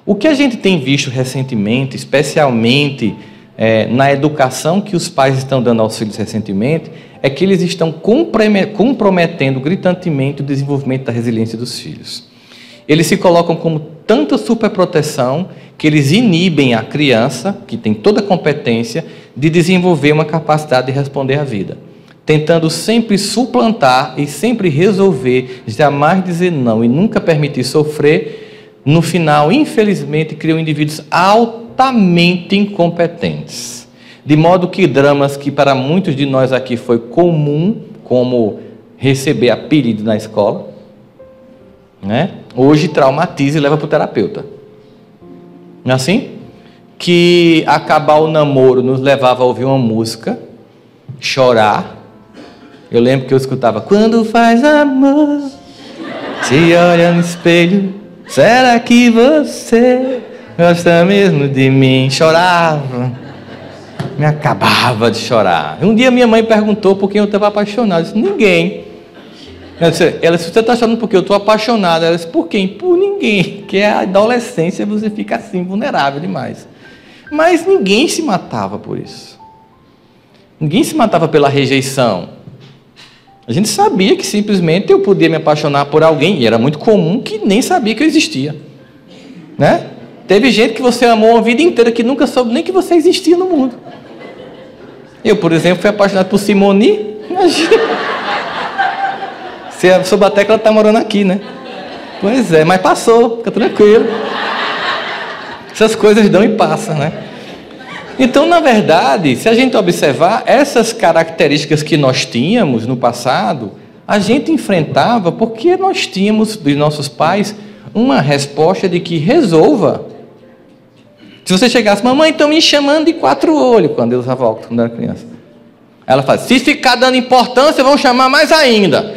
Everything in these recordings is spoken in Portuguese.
O que a gente tem visto recentemente, especialmente na educação que os pais estão dando aos filhos recentemente, é que eles estão comprometendo gritantemente o desenvolvimento da resiliência dos filhos. Eles se colocam como tanta superproteção que eles inibem a criança, que tem toda a competência, de desenvolver uma capacidade de responder à vida, tentando sempre suplantar e sempre resolver, jamais dizer não e nunca permitir sofrer. No final, infelizmente, criam indivíduos altamente incompetentes. De modo que dramas que para muitos de nós aqui foi comum, como receber apelido na escola, né? Hoje traumatiza e leva para o terapeuta. Não é assim? Que acabar o namoro nos levava a ouvir uma música, chorar. Eu lembro que eu escutava: quando faz amor, se olha no espelho, será que você gosta mesmo de mim? Chorava, me acabava de chorar. Um dia minha mãe perguntou por quem eu estava apaixonado. Eu disse: ninguém. Ela disse: você está chorando porque eu estou apaixonado. Ela disse: por quem? Por ninguém. Porque a adolescência você fica assim, vulnerável demais. Mas ninguém se matava por isso. Ninguém se matava pela rejeição. A gente sabia que simplesmente eu podia me apaixonar por alguém, e era muito comum, que nem sabia que eu existia, né? Teve gente que você amou a vida inteira que nunca soube nem que você existia no mundo. Eu, por exemplo, fui apaixonado por Simone. Imagina. Você soube até que ela está morando aqui, né? Pois é, mas passou, fica tranquilo. Essas coisas dão e passam, né? Então, na verdade, se a gente observar essas características que nós tínhamos no passado, a gente enfrentava porque nós tínhamos dos nossos pais uma resposta de que resolva. Se você chegasse: mamãe, estão me chamando de 4 olhos, quando eu usava óculos, quando eu era criança. Ela fala: se ficar dando importância, vão chamar mais ainda.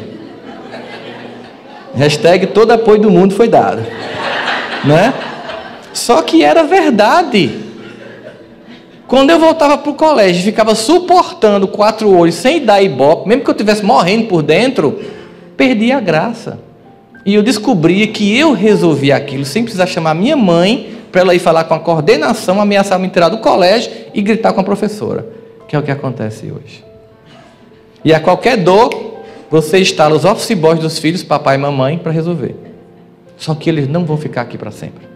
Hashtag todo apoio do mundo foi dado, né? Só que era verdade. Quando eu voltava para o colégio, ficava suportando 4 olhos sem dar ibope, mesmo que eu estivesse morrendo por dentro, perdia a graça. E eu descobria que eu resolvia aquilo sem precisar chamar minha mãe para ela ir falar com a coordenação, ameaçar me tirar do colégio e gritar com a professora, que é o que acontece hoje. E a qualquer dor, você instala os office boys dos filhos, papai e mamãe, para resolver. Só que eles não vão ficar aqui para sempre.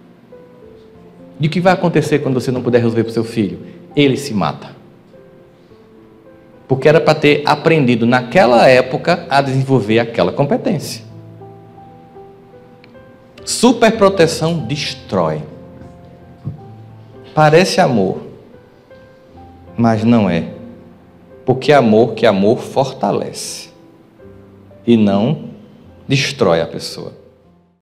E o que vai acontecer quando você não puder resolver para o seu filho? Ele se mata. Porque era para ter aprendido naquela época a desenvolver aquela competência. Superproteção destrói. Parece amor, mas não é. Porque amor fortalece e não destrói a pessoa.